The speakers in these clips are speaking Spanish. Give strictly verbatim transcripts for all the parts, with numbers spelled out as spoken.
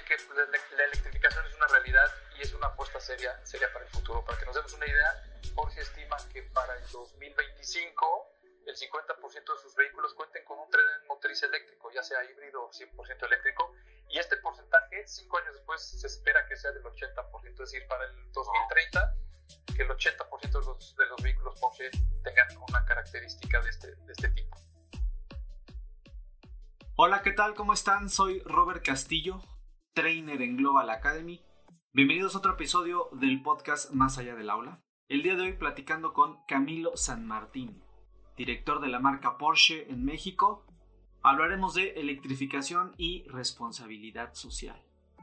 que la, la electrificación es una realidad y es una apuesta seria, seria para el futuro. Para que nos demos una idea, Porsche estima que para el dos mil veinticinco el cincuenta por ciento de sus vehículos cuenten con un tren motriz eléctrico, ya sea híbrido o cien por ciento eléctrico, y este porcentaje, cinco años después, se espera que sea del ochenta por ciento, es decir, para el dos mil treinta, que el ochenta por ciento de los, de los vehículos Porsche tengan una característica de este, de este tipo. Hola, ¿qué tal? ¿Cómo están? Soy Robert Castillo, trainer en Global Academy. Bienvenidos a otro episodio del podcast Más Allá del Aula. El día de hoy platicando con Camilo San Martín, director de la marca Porsche en México. Hablaremos de electrificación y responsabilidad social.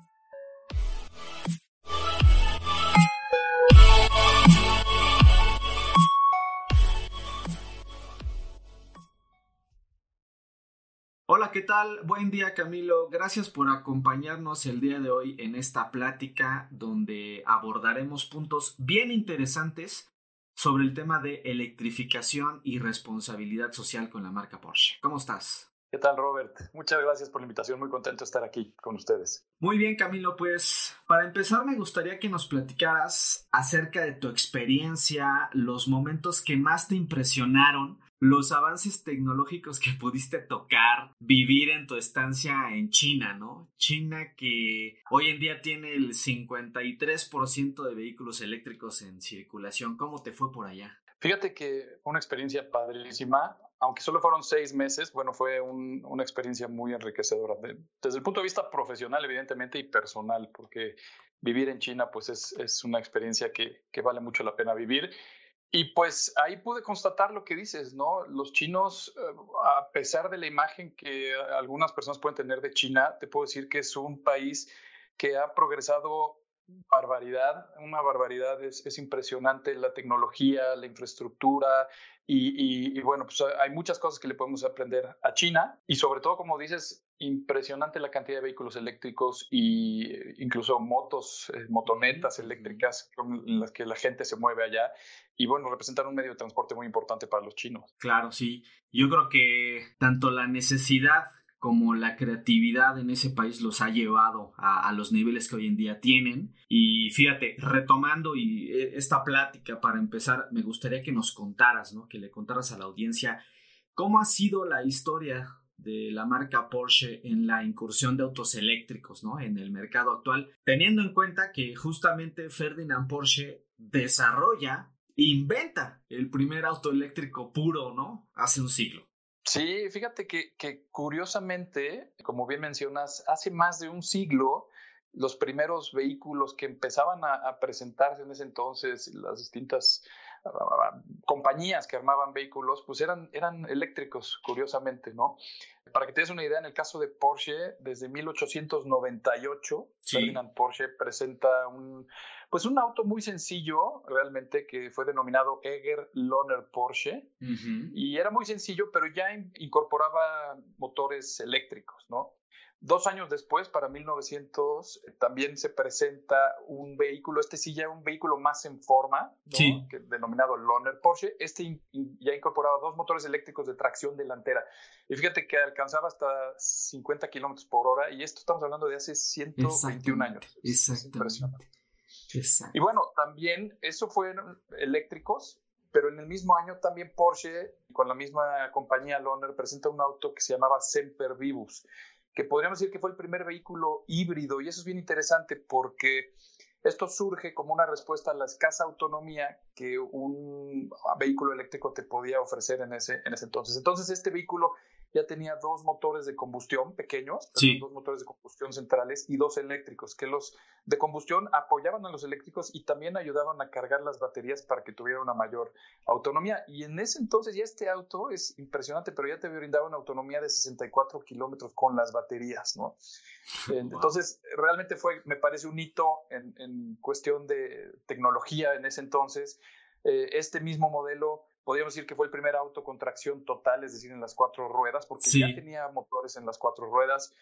Hola, ¿qué tal? Buen día, Camilo. Gracias por acompañarnos el día de hoy en esta plática donde abordaremos puntos bien interesantes sobre el tema de electrificación y responsabilidad social con la marca Porsche. ¿Cómo estás? ¿Qué tal, Robert? Muchas gracias por la invitación. Muy contento de estar aquí con ustedes. Muy bien, Camilo. Pues para empezar me gustaría que nos platicaras acerca de tu experiencia, los momentos que más te impresionaron, los avances tecnológicos que pudiste tocar, vivir en tu estancia en China, ¿no? China que hoy en día tiene el cincuenta y tres por ciento de vehículos eléctricos en circulación. ¿Cómo te fue por allá? Fíjate que una experiencia padrísima, aunque solo fueron seis meses, bueno, fue un, una experiencia muy enriquecedora. De, desde el punto de vista profesional, evidentemente, y personal, porque vivir en China, pues es, es una experiencia que, que vale mucho la pena vivir. Y pues ahí pude constatar lo que dices, ¿no? Los chinos, a pesar de la imagen que algunas personas pueden tener de China, te puedo decir que es un país que ha progresado barbaridad, una barbaridad. Es, es impresionante la tecnología, la infraestructura y, y, y bueno, pues hay muchas cosas que le podemos aprender a China y sobre todo, como dices, impresionante la cantidad de vehículos eléctricos e incluso motos, eh, motonetas eléctricas con las que la gente se mueve allá y bueno, representan un medio de transporte muy importante para los chinos. Claro, sí. Yo creo que tanto la necesidad como la creatividad en ese país los ha llevado a, a los niveles que hoy en día tienen. Y fíjate, retomando y esta plática para empezar, me gustaría que nos contaras, ¿no? Que le contaras a la audiencia cómo ha sido la historia de la marca Porsche en la incursión de autos eléctricos, ¿no? En el mercado actual, teniendo en cuenta que justamente Ferdinand Porsche desarrolla, inventa el primer auto eléctrico puro, ¿no? Hace un siglo. Sí, fíjate que, que curiosamente, como bien mencionas, hace más de un siglo, los primeros vehículos que empezaban a, a presentarse en ese entonces, las distintas uh, compañías que armaban vehículos, pues eran, eran eléctricos, curiosamente, ¿no? Para que te des una idea, en el caso de Porsche, desde mil ochocientos noventa y ocho, sí. Ferdinand Porsche presenta un, pues un auto muy sencillo, realmente, que fue denominado Egger Lohner Porsche, uh-huh. Y era muy sencillo, pero ya in- incorporaba motores eléctricos, ¿no? Dos años después, para mil novecientos, también se presenta un vehículo, este sí ya un vehículo más en forma, ¿no? Sí. Que, denominado Lohner Porsche. Este in, in, ya incorporaba dos motores eléctricos de tracción delantera. Y fíjate que alcanzaba hasta cincuenta kilómetros por hora, y esto estamos hablando de hace ciento veintiún años. Es, es impresionante. Exacto. Y bueno, también eso fueron eléctricos, pero en el mismo año también Porsche, con la misma compañía Lohner, presenta un auto que se llamaba Semper Vivus, que podríamos decir que fue el primer vehículo híbrido, y eso es bien interesante porque esto surge como una respuesta a la escasa autonomía que un vehículo eléctrico te podía ofrecer en ese, en ese entonces. Entonces este vehículo ya tenía dos motores de combustión pequeños, sí. dos motores de combustión centrales y dos eléctricos, que los de combustión apoyaban a los eléctricos y también ayudaban a cargar las baterías para que tuviera una mayor autonomía. Y en ese entonces ya este auto es impresionante, pero ya te brindaba una autonomía de sesenta y cuatro kilómetros con las baterías, ¿no? Entonces, realmente fue, me parece, un hito en, en cuestión de tecnología en ese entonces. Eh, este mismo modelo, podríamos decir que fue el primer auto con tracción total, es decir, en las cuatro ruedas, porque sí. ya tenía motores en las cuatro ruedas.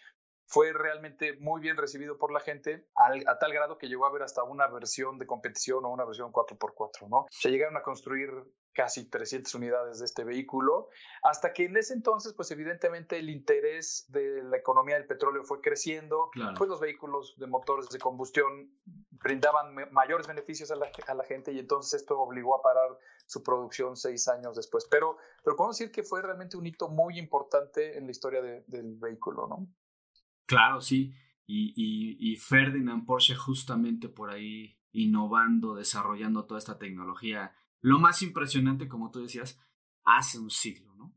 fue realmente muy bien recibido por la gente, al, a tal grado que llegó a haber hasta una versión de competición o una versión cuatro por cuatro, ¿no? Se llegaron a construir casi trescientas unidades de este vehículo, hasta que en ese entonces, pues evidentemente el interés de la economía del petróleo fue creciendo, claro. Pues los vehículos de motores de combustión brindaban mayores beneficios a la, a la gente, y entonces esto obligó a parar su producción seis años después. Pero, pero podemos decir que fue realmente un hito muy importante en la historia de, del vehículo, ¿no? Claro, sí. Y, y, y Ferdinand Porsche justamente por ahí innovando, desarrollando toda esta tecnología. Lo más impresionante, como tú decías, hace un siglo, ¿no?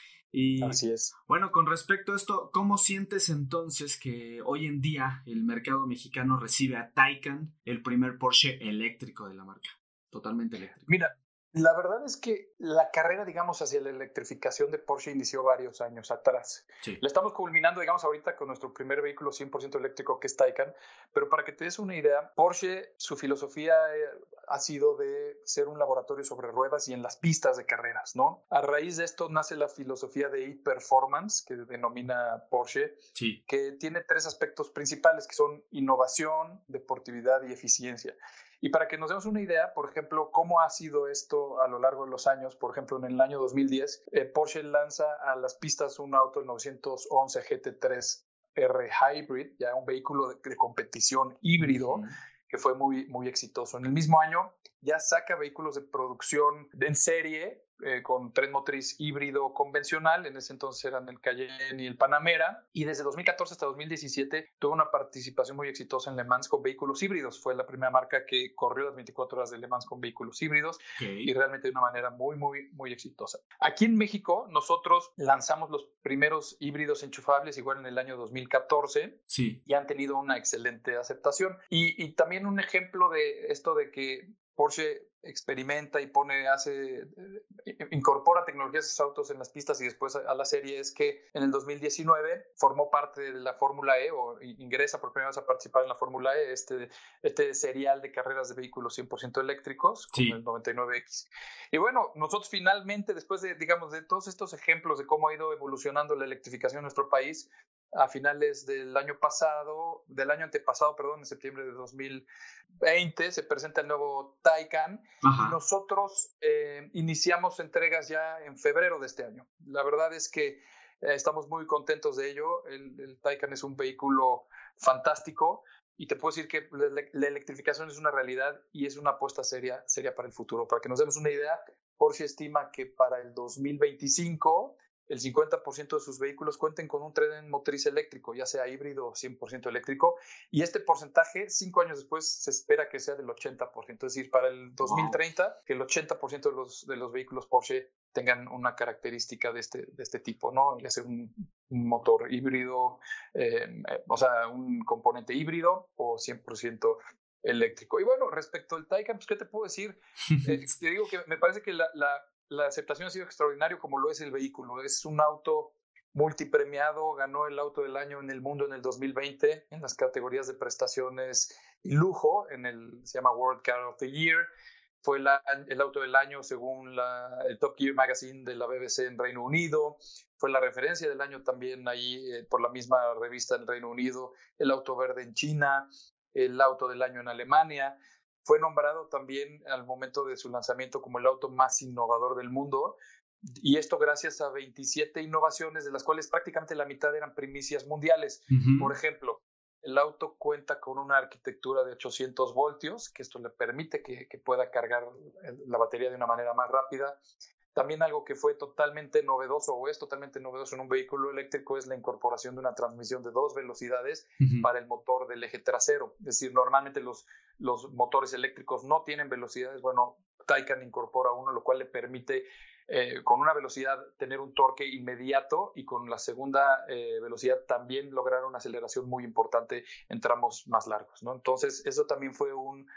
Y así es. Bueno, con respecto a esto, ¿cómo sientes entonces que hoy en día el mercado mexicano recibe a Taycan, el primer Porsche eléctrico de la marca? Totalmente eléctrico. Mira, la verdad es que la carrera, digamos, hacia la electrificación de Porsche inició varios años atrás. Sí. La estamos culminando, digamos, ahorita con nuestro primer vehículo cien por ciento eléctrico, que es Taycan. Pero para que te des una idea, Porsche, su filosofía ha sido de ser un laboratorio sobre ruedas y en las pistas de carreras, ¿no? A raíz de esto nace la filosofía de e-performance, que denomina Porsche, sí. que tiene tres aspectos principales, que son innovación, deportividad y eficiencia. Y para que nos demos una idea, por ejemplo, cómo ha sido esto a lo largo de los años, por ejemplo, en el año dos mil diez, eh, Porsche lanza a las pistas un auto, el novecientos once G T tres R Hybrid, ya un vehículo de, de competición híbrido, uh-huh. que fue muy, muy exitoso. En el mismo año ya saca vehículos de producción en serie, eh, con tren motriz híbrido convencional. En ese entonces eran el Cayenne y el Panamera, y desde dos mil catorce hasta dos mil diecisiete tuvo una participación muy exitosa en Le Mans con vehículos híbridos. Fue la primera marca que corrió las veinticuatro horas de Le Mans con vehículos híbridos, okay. y realmente de una manera muy, muy, muy exitosa. Aquí en México nosotros lanzamos los primeros híbridos enchufables igual en el año dos mil catorce, sí. y han tenido una excelente aceptación. Y, y también un ejemplo de esto de que Porsche experimenta y pone, hace, eh, incorpora tecnologías de sus autos en las pistas y después a, a la serie, es que en el dos mil diecinueve formó parte de la Fórmula E, o ingresa por primera vez a participar en la Fórmula E, este, este serial de carreras de vehículos cien por ciento eléctricos, con sí. el noventa y nueve X. Y bueno, nosotros finalmente, después de, digamos, de todos estos ejemplos de cómo ha ido evolucionando la electrificación en nuestro país, a finales del año pasado, del año antepasado, perdón, en septiembre de dos mil veinte, se presenta el nuevo Taycan. Ajá. Y nosotros eh, iniciamos entregas ya en febrero de este año. La verdad es que eh, estamos muy contentos de ello. El, el Taycan es un vehículo fantástico, y te puedo decir que la, la electrificación es una realidad y es una apuesta seria, seria para el futuro. Para que nos demos una idea, Porsche estima que para el dos mil veinticinco el cincuenta por ciento de sus vehículos cuenten con un tren motriz eléctrico, ya sea híbrido o cien por ciento eléctrico, y este porcentaje, cinco años después, se espera que sea del ochenta por ciento, es decir, para el dos mil treinta, wow. que el ochenta por ciento de los, de los vehículos Porsche tengan una característica de este, de este tipo, ¿no? Ya sea un, un motor híbrido, eh, o sea, un componente híbrido o cien por ciento eléctrico. Y bueno, respecto al Taycan, pues, ¿qué te puedo decir? Eh, te digo que me parece que la... la La aceptación ha sido extraordinaria, como lo es el vehículo. Es un auto multipremiado, ganó el auto del año en el mundo en el dos mil veinte en las categorías de prestaciones y lujo, en el, se llama World Car of the Year. Fue la, el auto del año según la, el Top Gear Magazine de la B B C en Reino Unido. Fue la referencia del año también ahí eh, por la misma revista en Reino Unido. El auto verde en China, el auto del año en Alemania. Fue nombrado también al momento de su lanzamiento como el auto más innovador del mundo, y esto gracias a veintisiete innovaciones, de las cuales prácticamente la mitad eran primicias mundiales. Uh-huh. Por ejemplo, el auto cuenta con una arquitectura de ochocientos voltios, que esto le permite que, que pueda cargar la batería de una manera más rápida. También algo que fue totalmente novedoso, o es totalmente novedoso en un vehículo eléctrico, es la incorporación de una transmisión de dos velocidades uh-huh. para el motor del eje trasero. Es decir, normalmente los, los motores eléctricos no tienen velocidades. Bueno, Taycan incorpora uno, lo cual le permite eh, con una velocidad tener un torque inmediato, y con la segunda eh, velocidad también lograr una aceleración muy importante en tramos más largos, ¿no? Entonces, eso también fue un,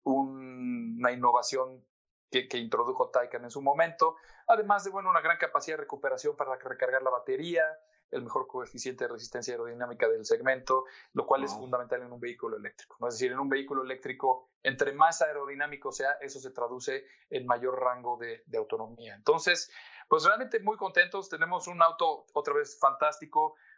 un, una innovación Que, que introdujo Taycan en su momento, además de bueno, una gran capacidad de recuperación para recargar la batería, el mejor coeficiente de resistencia aerodinámica del segmento, lo cual wow. es fundamental en un vehículo eléctrico, ¿no? Es decir, en un vehículo eléctrico, entre más aerodinámico sea, eso se traduce en mayor rango de, de autonomía. Entonces, pues realmente muy contentos. Tenemos un auto otra vez fantástico,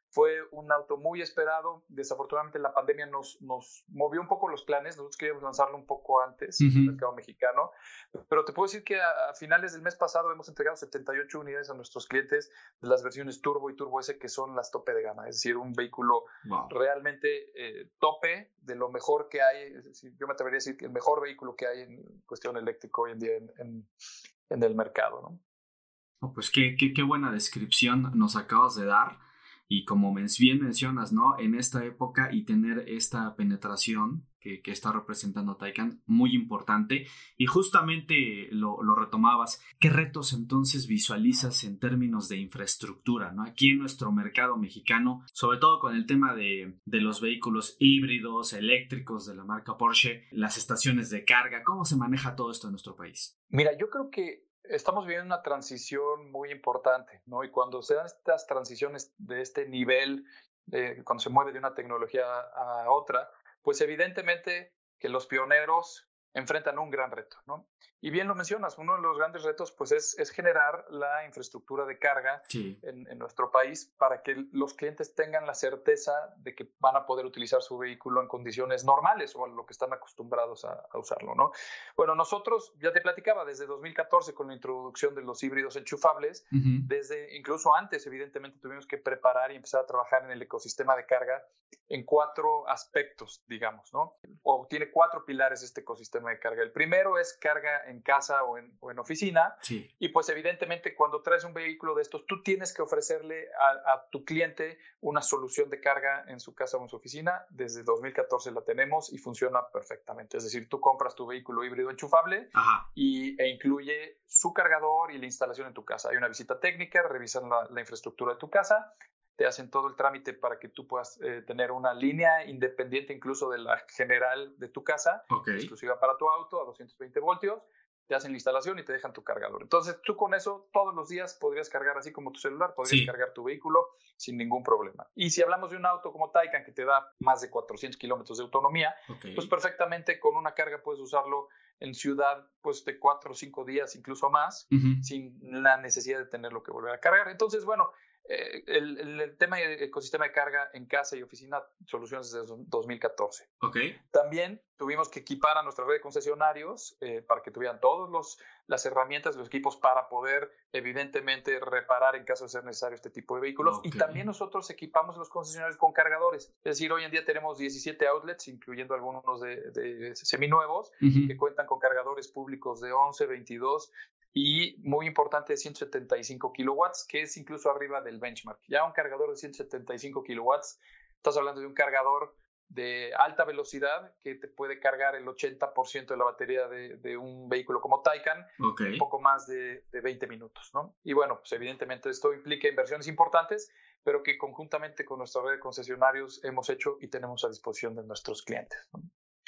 Fue un auto muy esperado. Desafortunadamente la pandemia nos, nos movió un poco los planes. Nosotros queríamos lanzarlo un poco antes uh-huh. en el mercado mexicano. Pero te puedo decir que a, a finales del mes pasado hemos entregado setenta y ocho unidades a nuestros clientes de las versiones Turbo y Turbo S, que son las tope de gama. Es decir, un vehículo wow. realmente eh, tope de lo mejor que hay. Es decir, yo me atrevería a decir que el mejor vehículo que hay en cuestión eléctrico hoy en día en, en, en el mercado, ¿no? Oh, pues qué, qué, qué buena descripción nos acabas de dar. Y como bien mencionas, ¿no? En esta época y tener esta penetración que, que está representando Taycan, muy importante. Y justamente lo, lo retomabas. ¿Qué retos entonces visualizas en términos de infraestructura, ¿no? Aquí en nuestro mercado mexicano, sobre todo con el tema de, de los vehículos híbridos, eléctricos de la marca Porsche, las estaciones de carga, ¿cómo se maneja todo esto en nuestro país? Mira, yo creo que estamos viviendo una transición muy importante, ¿no? Y cuando se dan estas transiciones de este nivel, eh, cuando se mueve de una tecnología a otra, pues evidentemente que los pioneros enfrentan un gran reto, ¿no? Y bien lo mencionas, uno de los grandes retos pues es, es generar la infraestructura de carga sí. en, en nuestro país para que los clientes tengan la certeza de que van a poder utilizar su vehículo en condiciones normales o a lo que están acostumbrados a, a usarlo, ¿no? Bueno, nosotros, ya te platicaba, desde dos mil catorce con la introducción de los híbridos enchufables, uh-huh. desde incluso antes evidentemente tuvimos que preparar y empezar a trabajar en el ecosistema de carga en cuatro aspectos, digamos, ¿no? O tiene cuatro pilares este ecosistema de carga. El primero es carga en casa o en, o en oficina. Sí. Y pues evidentemente cuando traes un vehículo de estos, tú tienes que ofrecerle a, a tu cliente una solución de carga en su casa o en su oficina. Desde dos mil catorce la tenemos y funciona perfectamente. Es decir, tú compras tu vehículo híbrido enchufable y, e incluye su cargador y la instalación en tu casa. Hay una visita técnica, revisan la, la infraestructura de tu casa, te hacen todo el trámite para que tú puedas eh, tener una línea independiente incluso de la general de tu casa, okay. exclusiva para tu auto a doscientos veinte voltios, te hacen la instalación y te dejan tu cargador. Entonces tú con eso todos los días podrías cargar así como tu celular, podrías sí. cargar tu vehículo sin ningún problema. Y si hablamos de un auto como Taycan que te da más de cuatrocientos kilómetros de autonomía, okay. pues perfectamente con una carga puedes usarlo en ciudad pues de cuatro o cinco días, incluso más, uh-huh. sin la necesidad de tenerlo que volver a cargar. Entonces, bueno, Eh, el, el, el tema de ecosistema de carga en casa y oficina, soluciones desde dos mil catorce. Okay. También tuvimos que equipar a nuestra red de concesionarios eh, para que tuvieran todas las herramientas, los equipos para poder evidentemente reparar en caso de ser necesario este tipo de vehículos. Okay. Y también nosotros equipamos a los concesionarios con cargadores. Es decir, hoy en día tenemos diecisiete outlets, incluyendo algunos de, de seminuevos, uh-huh. que cuentan con cargadores públicos de once, veintidós y muy importante, ciento setenta y cinco kilowatts, que es incluso arriba del benchmark. Ya un cargador de ciento setenta y cinco kilowatts, estás hablando de un cargador de alta velocidad que te puede cargar el ochenta por ciento de la batería de, de un vehículo como Taycan, okay. un poco más de, de veinte minutos, ¿no? Y bueno, pues evidentemente esto implica inversiones importantes, pero que conjuntamente con nuestra red de concesionarios hemos hecho y tenemos a disposición de nuestros clientes, ¿no?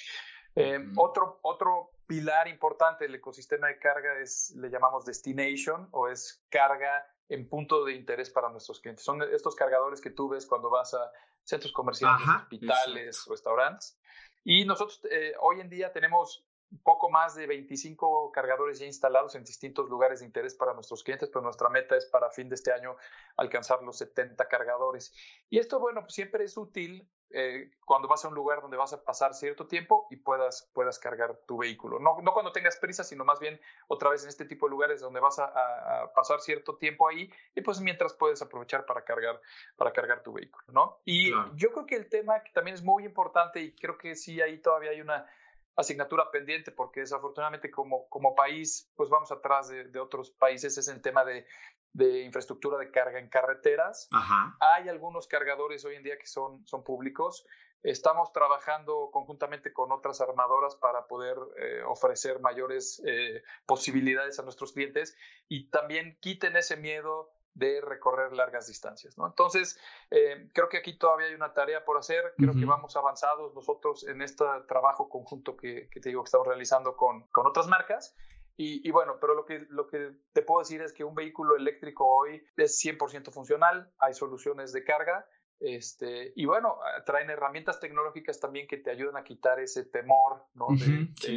Eh, uh-huh. otro, otro pilar importante del ecosistema de carga es, le llamamos destination, o es carga en punto de interés para nuestros clientes. Son estos cargadores que tú ves cuando vas a centros comerciales, Ajá, hospitales, exacto. restaurantes. Y nosotros eh, hoy en día tenemos un poco más de veinticinco cargadores ya instalados en distintos lugares de interés para nuestros clientes, pero nuestra meta es para fin de este año alcanzar los setenta cargadores. Y esto, bueno, pues siempre es útil eh, cuando vas a un lugar donde vas a pasar cierto tiempo y puedas, puedas cargar tu vehículo. No, no cuando tengas prisa, sino más bien otra vez en este tipo de lugares donde vas a, a, a pasar cierto tiempo ahí y pues mientras puedes aprovechar para cargar, para cargar tu vehículo, ¿no? Y claro. yo creo que el tema que también es muy importante y creo que sí ahí todavía hay una asignatura pendiente porque desafortunadamente como, como país pues vamos atrás de, de otros países, es el tema de, de infraestructura de carga en carreteras. Ajá. Hay algunos cargadores hoy en día que son, son públicos. Estamos trabajando conjuntamente con otras armadoras para poder eh, ofrecer mayores eh, posibilidades a nuestros clientes y también quiten ese miedo de recorrer largas distancias, ¿no? Entonces, eh, creo que aquí todavía hay una tarea por hacer, creo uh-huh. que vamos avanzados nosotros en este trabajo conjunto que, que te digo que estamos realizando con, con otras marcas y, y bueno, pero lo que, lo que te puedo decir es que un vehículo eléctrico hoy es cien por ciento funcional, hay soluciones de carga, este, y bueno, traen herramientas tecnológicas también que te ayudan a quitar ese temor, ¿no? Uh-huh, de, sí. de,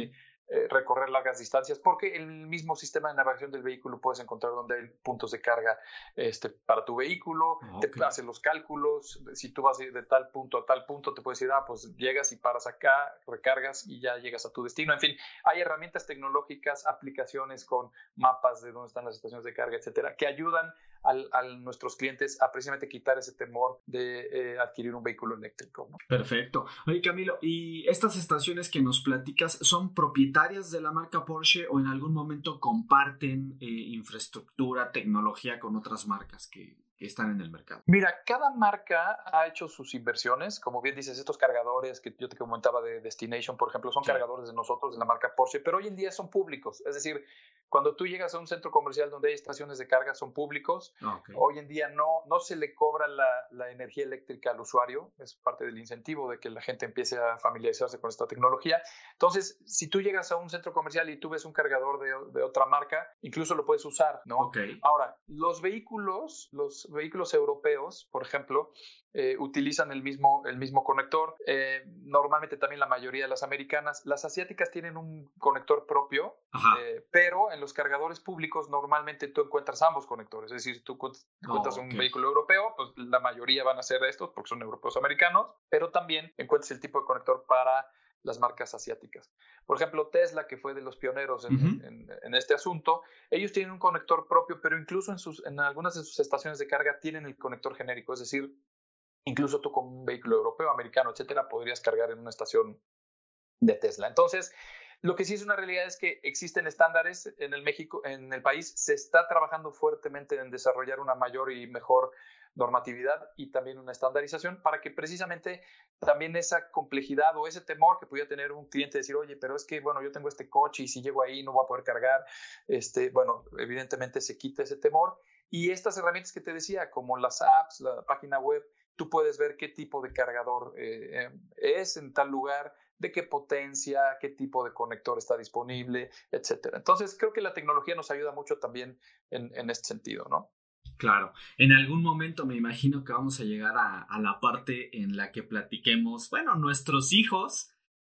eh, recorrer largas distancias, porque en el mismo sistema de navegación del vehículo puedes encontrar donde hay puntos de carga este, para tu vehículo, okay. Te hace los cálculos, si tú vas de tal punto a tal punto, te puedes decir, ah, pues llegas y paras acá, recargas y ya llegas a tu destino. En fin, hay herramientas tecnológicas, aplicaciones con mapas de dónde están las estaciones de carga, etcétera, que ayudan al, a nuestros clientes a precisamente quitar ese temor de eh, adquirir un vehículo eléctrico, ¿no? Perfecto. Oye, Camilo, ¿y estas estaciones que nos platicas son propietarias de la marca Porsche o en algún momento comparten eh, infraestructura, tecnología con otras marcas que, que están en el mercado? Mira, cada marca ha hecho sus inversiones. Como bien dices, estos cargadores que yo te comentaba de Destination, por ejemplo, son sí. cargadores de nosotros, de la marca Porsche, pero hoy en día son públicos. Es decir, cuando tú llegas a un centro comercial donde hay estaciones de carga, son públicos. Okay. Hoy en día no, no se le cobra la, la energía eléctrica al usuario. Es parte del incentivo de que la gente empiece a familiarizarse con esta tecnología. Entonces, si tú llegas a un centro comercial y tú ves un cargador de, de otra marca, incluso lo puedes usar, ¿no? Okay. Ahora, los vehículos, los vehículos europeos, por ejemplo, eh, utilizan el mismo, el mismo conector. Eh, normalmente también la mayoría de las americanas. Las asiáticas tienen un conector propio, eh, pero en los cargadores públicos normalmente tú encuentras ambos conectores. Es decir, tú encuentras oh, okay. un vehículo europeo, pues la mayoría van a ser estos porque son europeos americanos, pero también encuentras el tipo de conector para las marcas asiáticas. Por ejemplo, Tesla, que fue de los pioneros en, uh-huh. en, en este asunto, ellos tienen un conector propio, pero incluso en, sus, en algunas de sus estaciones de carga tienen el conector genérico, es decir, incluso tú con un vehículo europeo, americano, etcétera, podrías cargar en una estación de Tesla. Entonces, lo que sí es una realidad es que existen estándares en el México, en el país, se está trabajando fuertemente en desarrollar una mayor y mejor normatividad y también una estandarización para que precisamente también esa complejidad o ese temor que pudiera tener un cliente de decir, oye, pero es que, bueno, yo tengo este coche y si llego ahí no voy a poder cargar, este, bueno, evidentemente se quita ese temor. Y estas herramientas que te decía, como las apps, la página web, tú puedes ver qué tipo de cargador eh, es en tal lugar, de qué potencia, qué tipo de conector está disponible, etcétera. Entonces, creo que la tecnología nos ayuda mucho también en, en este sentido, ¿no? Claro, en algún momento me imagino que vamos a llegar a, a la parte en la que platiquemos, bueno, nuestros hijos,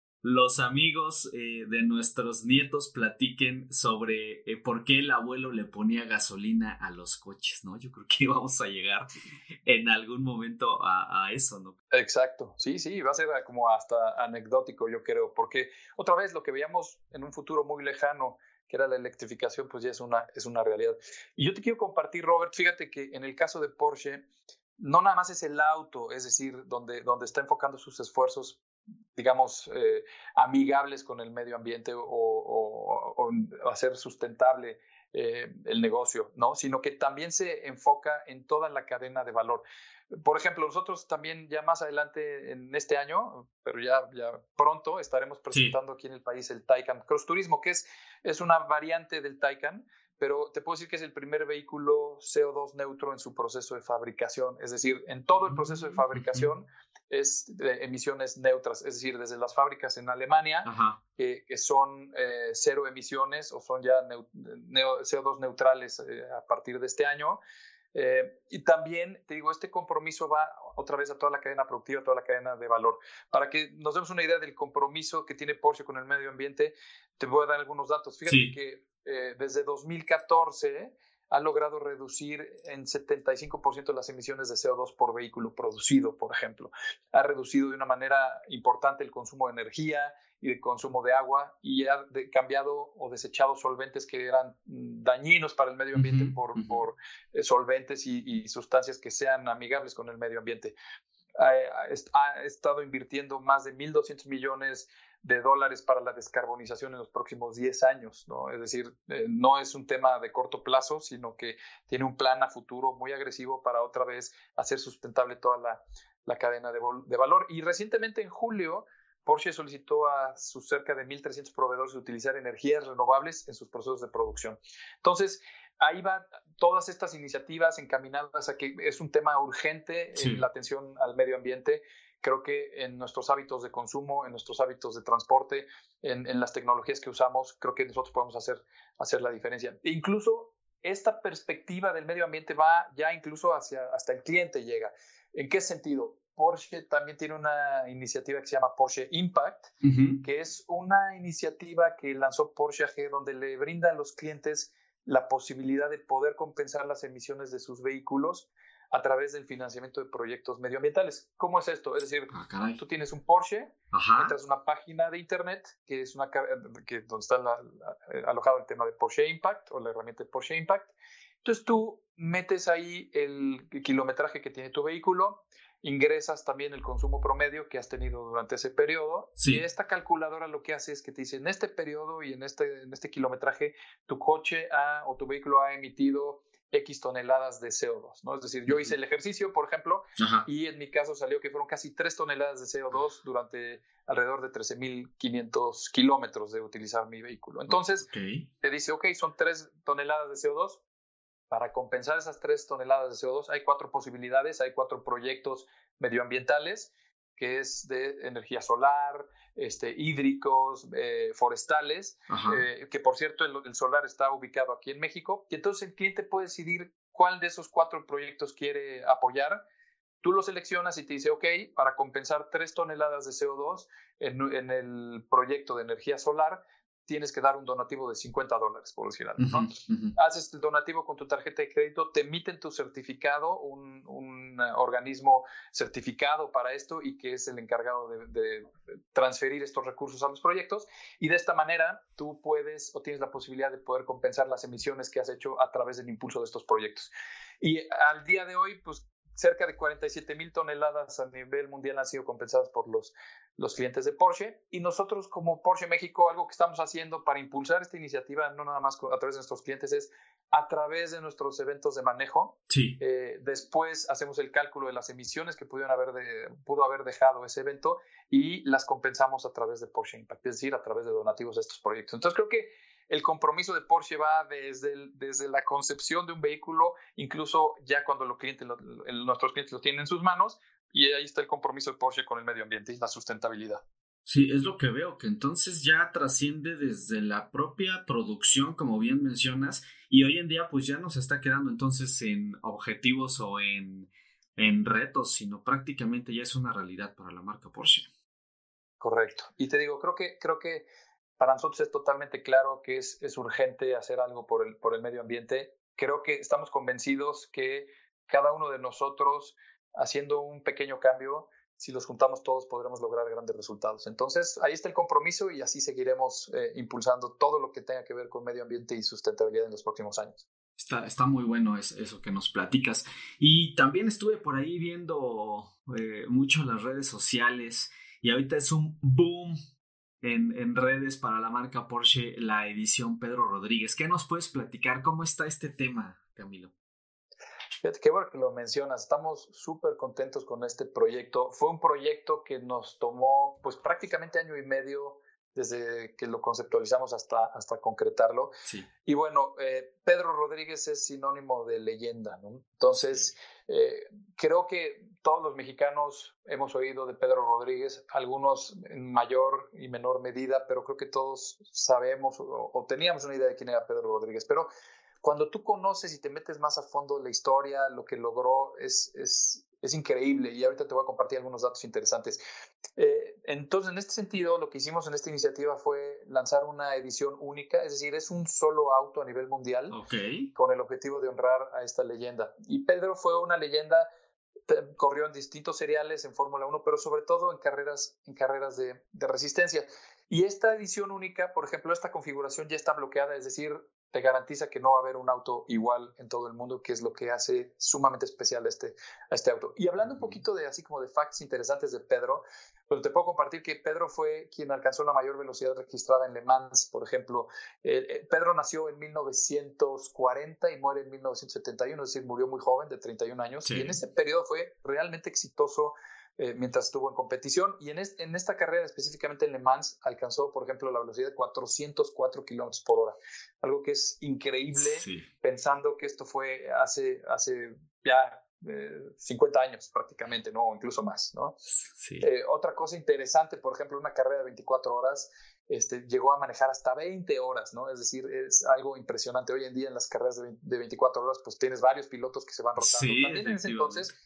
los amigos eh, de nuestros nietos platiquen sobre eh, por qué el abuelo le ponía gasolina a los coches, ¿no? Yo creo que vamos a llegar en algún momento a, a eso, ¿no? Exacto, sí, sí, va a ser como hasta anecdótico, yo creo, porque otra vez lo que veíamos en un futuro muy lejano, que era la electrificación, pues ya es una, es una realidad. Y yo te quiero compartir, Robert, fíjate que en el caso de Porsche, no nada más es el auto, es decir, donde, donde está enfocando sus esfuerzos, digamos, eh, amigables con el medio ambiente o, o, o hacer sustentable eh, el negocio, ¿no? Sino que también se enfoca en toda la cadena de valor. Por ejemplo, nosotros también ya más adelante en este año, pero ya, ya pronto estaremos presentando sí. aquí en el país el Taycan Cross Turismo, que es, es una variante del Taycan, pero te puedo decir que es el primer vehículo C O dos neutro en su proceso de fabricación. Es decir, en todo el proceso de fabricación es de emisiones neutras, es decir, desde las fábricas en Alemania, que, que son eh, cero emisiones o son ya neu, neo, C O dos neutrales eh, a partir de este año. Eh, y también, te digo, este compromiso va otra vez a toda la cadena productiva, a toda la cadena de valor. Para que nos demos una idea del compromiso que tiene Porsche con el medio ambiente, te voy a dar algunos datos. Fíjate sí. que eh, desde dos mil catorce ha logrado reducir en setenta y cinco por ciento las emisiones de C O dos por vehículo producido, por ejemplo. Ha reducido de una manera importante el consumo de energía y el consumo de agua y ha de, cambiado o desechado solventes que eran dañinos para el medio ambiente uh-huh, por, uh-huh. por eh, solventes y, y sustancias que sean amigables con el medio ambiente. Ha, ha estado invirtiendo más de mil doscientos millones de dólares para la descarbonización en los próximos diez años, ¿no? Es decir, eh, no es un tema de corto plazo, sino que tiene un plan a futuro muy agresivo para otra vez hacer sustentable toda la, la cadena de, de valor. Y recientemente en julio, Porsche solicitó a sus cerca de mil trescientos proveedores de utilizar energías renovables en sus procesos de producción. Entonces, ahí van todas estas iniciativas encaminadas a que es un tema urgente sí. en la atención al medio ambiente. Creo que en nuestros hábitos de consumo, en nuestros hábitos de transporte, en, en las tecnologías que usamos, creo que nosotros podemos hacer, hacer la diferencia. E incluso esta perspectiva del medio ambiente va ya incluso hacia, hasta el cliente llega. ¿En qué sentido? Porsche también tiene una iniciativa que se llama Porsche Impact, uh-huh. que es una iniciativa que lanzó Porsche A G, donde le brinda a los clientes la posibilidad de poder compensar las emisiones de sus vehículos a través del financiamiento de proyectos medioambientales. ¿Cómo es esto? Es decir, ah, tú tienes un Porsche, Ajá. entras a una página de internet que es una que, donde está la, la, alojado el tema de Porsche Impact o la herramienta de Porsche Impact. Entonces tú metes ahí el kilometraje que tiene tu vehículo, ingresas también el consumo promedio que has tenido durante ese periodo, sí. y esta calculadora lo que hace es que te dice en este periodo y en este, en este kilometraje tu coche ha, o tu vehículo ha emitido X toneladas de C O dos, ¿no? Es decir, yo hice el ejercicio, por ejemplo, Ajá. y en mi caso salió que fueron casi tres toneladas de C O dos durante alrededor de trece mil quinientos kilómetros de utilizar mi vehículo. Entonces, okay. te dice, ok, son tres toneladas de C O dos. Para compensar esas tres toneladas de C O dos hay cuatro posibilidades, hay cuatro proyectos medioambientales, que es de energía solar, este, hídricos, eh, forestales, eh, que por cierto el, el solar está ubicado aquí en México, y entonces el cliente puede decidir cuál de esos cuatro proyectos quiere apoyar. Tú lo seleccionas y te dice, ok, para compensar tres toneladas de C O dos en, en el proyecto de energía solar, tienes que dar un donativo de cincuenta dólares, por decir algo, ¿no? Uh-huh, uh-huh. Haces el donativo con tu tarjeta de crédito, te emiten tu certificado, un, un organismo certificado para esto y que es el encargado de, de transferir estos recursos a los proyectos, y de esta manera tú puedes o tienes la posibilidad de poder compensar las emisiones que has hecho a través del impulso de estos proyectos. Y al día de hoy, pues cerca de cuarenta y siete mil toneladas a nivel mundial han sido compensadas por los, los clientes de Porsche, y nosotros como Porsche México, algo que estamos haciendo para impulsar esta iniciativa, no nada más a través de nuestros clientes, es a través de nuestros eventos de manejo. Sí. Eh, después hacemos el cálculo de las emisiones que pudieron haber de, pudo haber dejado ese evento y las compensamos a través de Porsche Impact, es decir, a través de donativos de estos proyectos. Entonces creo que el compromiso de Porsche va desde, el, desde la concepción de un vehículo, incluso ya cuando los clientes, lo, el, nuestros clientes lo tienen en sus manos, y ahí está el compromiso de Porsche con el medio ambiente y la sustentabilidad. Sí, es lo que veo, que entonces ya trasciende desde la propia producción, como bien mencionas, y hoy en día pues ya no se está quedando entonces en objetivos o en, en retos, sino prácticamente ya es una realidad para la marca Porsche. Correcto. Y te digo, creo que, creo que para nosotros es totalmente claro que es, es urgente hacer algo por el, por el medio ambiente. Creo que estamos convencidos que cada uno de nosotros, haciendo un pequeño cambio, si los juntamos todos, podremos lograr grandes resultados. Entonces, ahí está el compromiso, y así seguiremos eh, impulsando todo lo que tenga que ver con medio ambiente y sustentabilidad en los próximos años. Está, está muy bueno es, eso que nos platicas. Y también estuve por ahí viendo eh, mucho las redes sociales, y ahorita es un boom En, en redes para la marca Porsche, la edición Pedro Rodríguez. ¿Qué nos puedes platicar? ¿Cómo está este tema, Camilo? Fíjate, qué bueno que lo mencionas. Estamos súper contentos con este proyecto. Fue un proyecto que nos tomó pues prácticamente año y medio desde que lo conceptualizamos hasta, hasta concretarlo. Sí. Y bueno, eh, Pedro Rodríguez es sinónimo de leyenda, ¿no? Entonces, sí. eh, creo que todos los mexicanos hemos oído de Pedro Rodríguez, algunos en mayor y menor medida, pero creo que todos sabemos o, o teníamos una idea de quién era Pedro Rodríguez. Pero cuando tú conoces y te metes más a fondo la historia, lo que logró es, es, es increíble, y ahorita te voy a compartir algunos datos interesantes. Eh, entonces, en este sentido, lo que hicimos en esta iniciativa fue lanzar una edición única, es decir, es un solo auto a nivel mundial, okay, con el objetivo de honrar a esta leyenda. Y Pedro fue una leyenda, corrió en distintos seriales en Fórmula uno, pero sobre todo en carreras, en carreras de, de resistencia. Y esta edición única, por ejemplo, esta configuración ya está bloqueada, es decir, te garantiza que no va a haber un auto igual en todo el mundo, que es lo que hace sumamente especial a este, a este auto. Y hablando un poquito de así como de facts interesantes de Pedro, pues te puedo compartir que Pedro fue quien alcanzó la mayor velocidad registrada en Le Mans, por ejemplo. Eh, Pedro nació en mil novecientos cuarenta y muere en mil novecientos setenta y uno, es decir, murió muy joven, de treinta y un años, sí. Y en ese periodo fue realmente exitoso Eh, mientras estuvo en competición, y en, es, en esta carrera específicamente en Le Mans alcanzó, por ejemplo, la velocidad de cuatrocientos cuatro kilómetros por hora, algo que es increíble, sí. Pensando que esto fue hace, hace ya eh, cincuenta años prácticamente, ¿no? O incluso más, ¿no? Sí. Eh, otra cosa interesante, por ejemplo, una carrera de veinticuatro horas, este, llegó a manejar hasta veinte horas, ¿no? Es decir, es algo impresionante. Hoy en día en las carreras de, de veinticuatro horas, pues tienes varios pilotos que se van rotando. Sí, también en ese entonces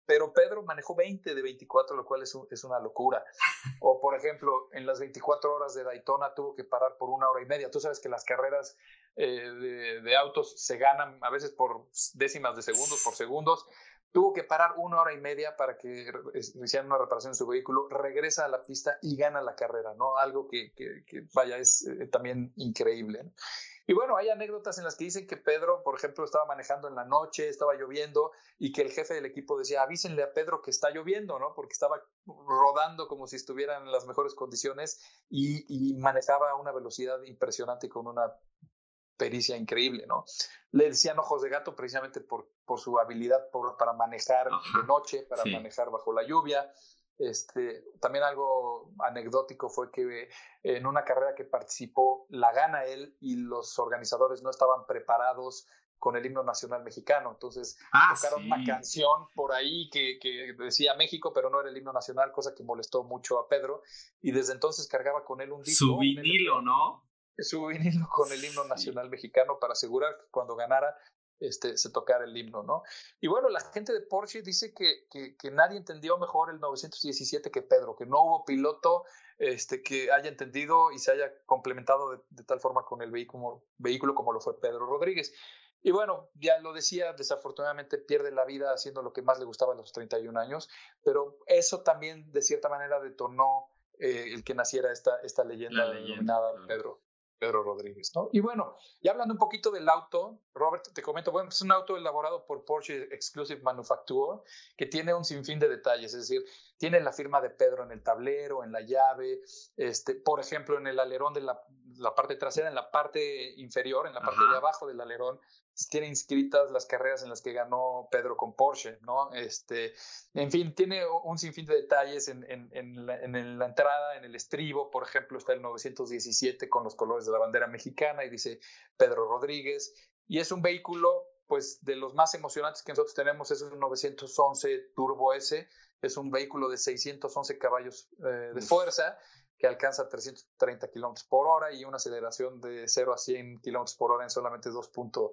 pero Pedro manejó veinte de veinticuatro, lo cual es, un, es una locura. O, por ejemplo, en las veinticuatro horas de Daytona tuvo que parar por una hora y media. Tú sabes que las carreras eh, de, de autos se ganan a veces por décimas de segundos, por segundos. Tuvo que parar una hora y media para que hicieran una reparación en su vehículo, regresa a la pista y gana la carrera, ¿no? Algo que, que, que vaya, es eh, también increíble, ¿no? Y bueno, hay anécdotas en las que dicen que Pedro, por ejemplo, estaba manejando en la noche, estaba lloviendo, y que el jefe del equipo decía, avísenle a Pedro que está lloviendo, ¿no? Porque estaba rodando como si estuviera en las mejores condiciones y, y manejaba a una velocidad impresionante con una pericia increíble, ¿no? Le decían ojos de gato precisamente por, por su habilidad por, para manejar Ajá, de noche, para sí. manejar bajo la lluvia. Este, también algo anecdótico fue que en una carrera que participó la gana él y los organizadores no estaban preparados con el himno nacional mexicano, entonces ah, tocaron sí. una canción por ahí que, que decía México, pero no era el himno nacional, cosa que molestó mucho a Pedro, y desde entonces cargaba con él un disco. Su vinilo, un ¿no? Su vinilo con el himno sí. nacional mexicano para asegurar que cuando ganara Este, se tocara el himno, ¿no? Y bueno, la gente de Porsche dice que, que, que nadie entendió mejor el novecientos diecisiete que Pedro, que no hubo piloto este, que haya entendido y se haya complementado de, de tal forma con el vehículo, vehículo como lo fue Pedro Rodríguez. Y bueno, ya lo decía, desafortunadamente pierde la vida haciendo lo que más le gustaba a los treinta y un años, pero eso también de cierta manera detonó eh, el que naciera esta, esta leyenda, leyenda denominada claro. Pedro. Pedro Rodríguez, ¿no? Y bueno, ya hablando un poquito del auto, Robert, te comento, bueno, es un auto elaborado por Porsche Exclusive Manufacture, que tiene un sinfín de detalles, es decir, tiene la firma de Pedro en el tablero, en la llave, este, por ejemplo, en el alerón de la, la parte trasera, en la parte inferior, en la parte Ajá. de abajo del alerón, tiene inscritas las carreras en las que ganó Pedro con Porsche, ¿no? Este, en fin, tiene un sinfín de detalles en, en, en, la, en la entrada, en el estribo, por ejemplo, está el novecientos diecisiete con los colores de la bandera mexicana y dice Pedro Rodríguez, y es un vehículo, pues, de los más emocionantes que nosotros tenemos, es un novecientos once Turbo S, es un vehículo de seiscientos once caballos eh, de fuerza, que alcanza trescientos treinta kilómetros por hora y una aceleración de cero a cien kilómetros por hora en solamente dos punto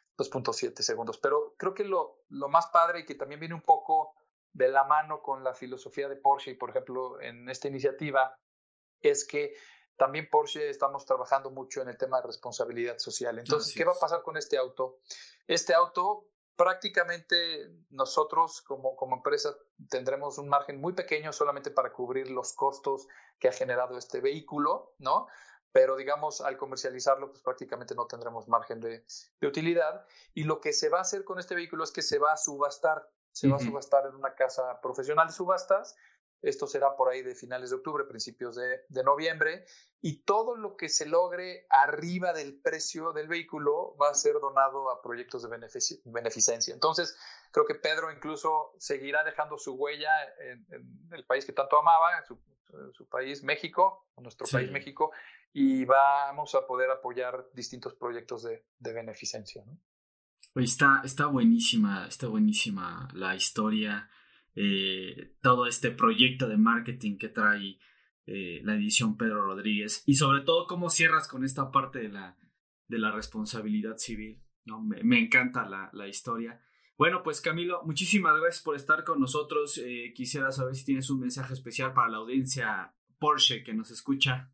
siete segundos. Pero creo que lo, lo más padre y que también viene un poco de la mano con la filosofía de Porsche, y por ejemplo en esta iniciativa, es que también Porsche estamos trabajando mucho en el tema de responsabilidad social. Entonces, ¿qué va a pasar con este auto? Este auto, prácticamente nosotros como, como empresa tendremos un margen muy pequeño solamente para cubrir los costos que ha generado este vehículo, ¿no? Pero digamos, al comercializarlo, pues prácticamente no tendremos margen de, de utilidad. Y lo que se va a hacer con este vehículo es que se va a subastar, se uh-huh. va a subastar en una casa profesional de subastas. Esto será por ahí de finales de octubre, principios de, de noviembre, y todo lo que se logre arriba del precio del vehículo va a ser donado a proyectos de benefic- beneficencia. Entonces, creo que Pedro incluso seguirá dejando su huella en, en el país que tanto amaba, en su, en su país México, nuestro sí. país México, y vamos a poder apoyar distintos proyectos de, de beneficencia, ¿no? Está, está buenísima, está buenísima la historia. Eh, todo este proyecto de marketing que trae eh, la edición Pedro Rodríguez, y sobre todo cómo cierras con esta parte de la, de la responsabilidad civil, ¿no? Me, me encanta la, la historia. Bueno, pues Camilo, muchísimas gracias por estar con nosotros. Eh, quisiera saber si tienes un mensaje especial para la audiencia Porsche que nos escucha.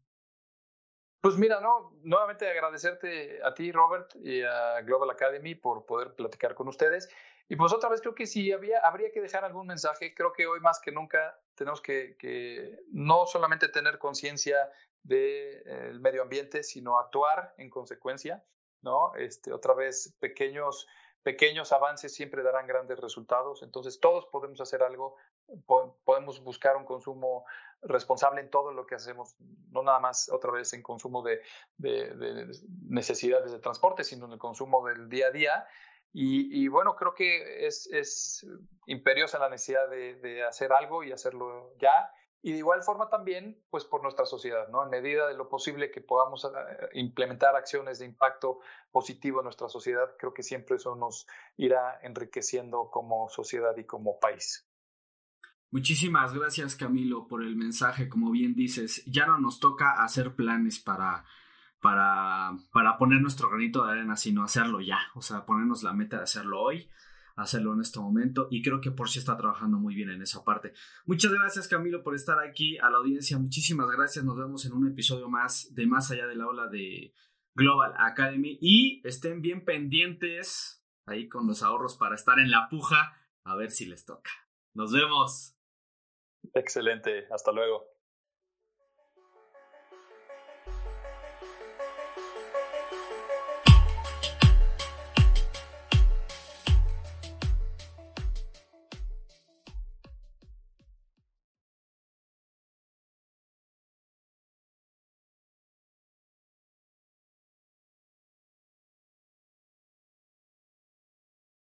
Pues mira, no, nuevamente agradecerte a ti, Robert, y a Global Academy por poder platicar con ustedes. Y pues otra vez creo que si había, habría que dejar algún mensaje, creo que hoy más que nunca tenemos que, que no solamente tener conciencia del de, eh, medio ambiente, sino actuar en consecuencia, ¿no? Este, otra vez, pequeños, pequeños avances siempre darán grandes resultados. Entonces todos podemos hacer algo, po- podemos buscar un consumo responsable en todo lo que hacemos, no nada más otra vez en consumo de, de, de necesidades de transporte, sino en el consumo del día a día. Y, y bueno, creo que es, es imperiosa la necesidad de, de hacer algo y hacerlo ya. Y de igual forma también, pues por nuestra sociedad, ¿no? En medida de lo posible que podamos implementar acciones de impacto positivo en nuestra sociedad, creo que siempre eso nos irá enriqueciendo como sociedad y como país. Muchísimas gracias, Camilo, por el mensaje. Como bien dices, ya no nos toca hacer planes para, para, para poner nuestro granito de arena, sino hacerlo ya. O sea, ponernos la meta de hacerlo hoy. hacerlo en este momento, y creo que Porsche está trabajando muy bien en esa parte. Muchas gracias, Camilo, por estar aquí. A la audiencia, muchísimas gracias. Nos vemos en un episodio más de Más Allá del Aula de Global Academy, y estén bien pendientes ahí con los ahorros para estar en la puja, a ver si les toca. Nos vemos. Excelente, hasta luego.